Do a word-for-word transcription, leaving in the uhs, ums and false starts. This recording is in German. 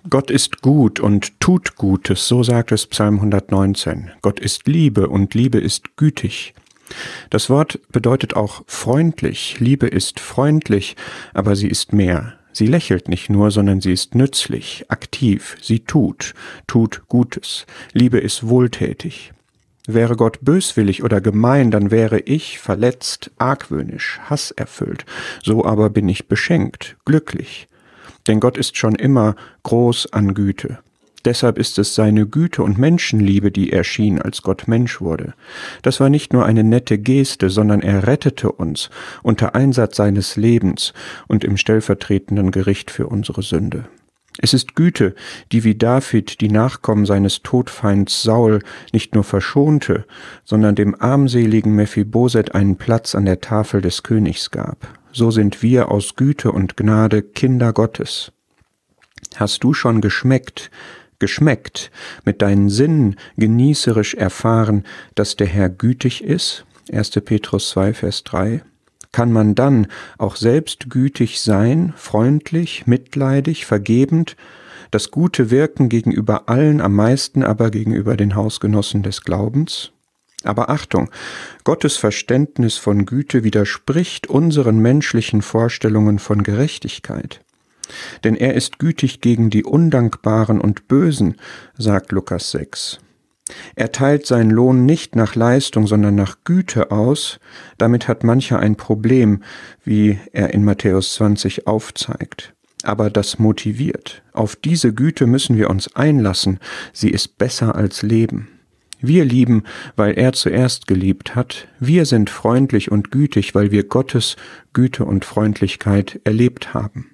Gott ist gut und tut Gutes, so sagt es Psalm hundertneunzehn. Gott ist Liebe und Liebe ist gütig. Das Wort bedeutet auch freundlich. Liebe ist freundlich, aber sie ist mehr. Sie lächelt nicht nur, sondern sie ist nützlich, aktiv, sie tut, tut Gutes. Liebe ist wohltätig. Wäre Gott böswillig oder gemein, dann wäre ich verletzt, argwöhnisch, hasserfüllt. So aber bin ich beschenkt, glücklich. Denn Gott ist schon immer groß an Güte. Deshalb ist es seine Güte und Menschenliebe, die erschien, als Gott Mensch wurde. Das war nicht nur eine nette Geste, sondern er rettete uns unter Einsatz seines Lebens und im stellvertretenden Gericht für unsere Sünde. Es ist Güte, die wie David die Nachkommen seines Todfeinds Saul nicht nur verschonte, sondern dem armseligen Mephiboset einen Platz an der Tafel des Königs gab. So sind wir aus Güte und Gnade Kinder Gottes. Hast du schon geschmeckt, geschmeckt, mit deinen Sinnen genießerisch erfahren, dass der Herr gütig ist? erster Petrus zwei, Vers drei. Kann man dann auch selbst gütig sein, freundlich, mitleidig, vergebend, das gute Wirken gegenüber allen, am meisten aber gegenüber den Hausgenossen des Glaubens? Aber Achtung, Gottes Verständnis von Güte widerspricht unseren menschlichen Vorstellungen von Gerechtigkeit. Denn er ist gütig gegen die Undankbaren und Bösen, sagt Lukas sechs. Er teilt seinen Lohn nicht nach Leistung, sondern nach Güte aus. Damit hat mancher ein Problem, wie er in Matthäus zwanzig aufzeigt. Aber das motiviert. Auf diese Güte müssen wir uns einlassen. Sie ist besser als Leben. Wir lieben, weil er zuerst geliebt hat. Wir sind freundlich und gütig, weil wir Gottes Güte und Freundlichkeit erlebt haben.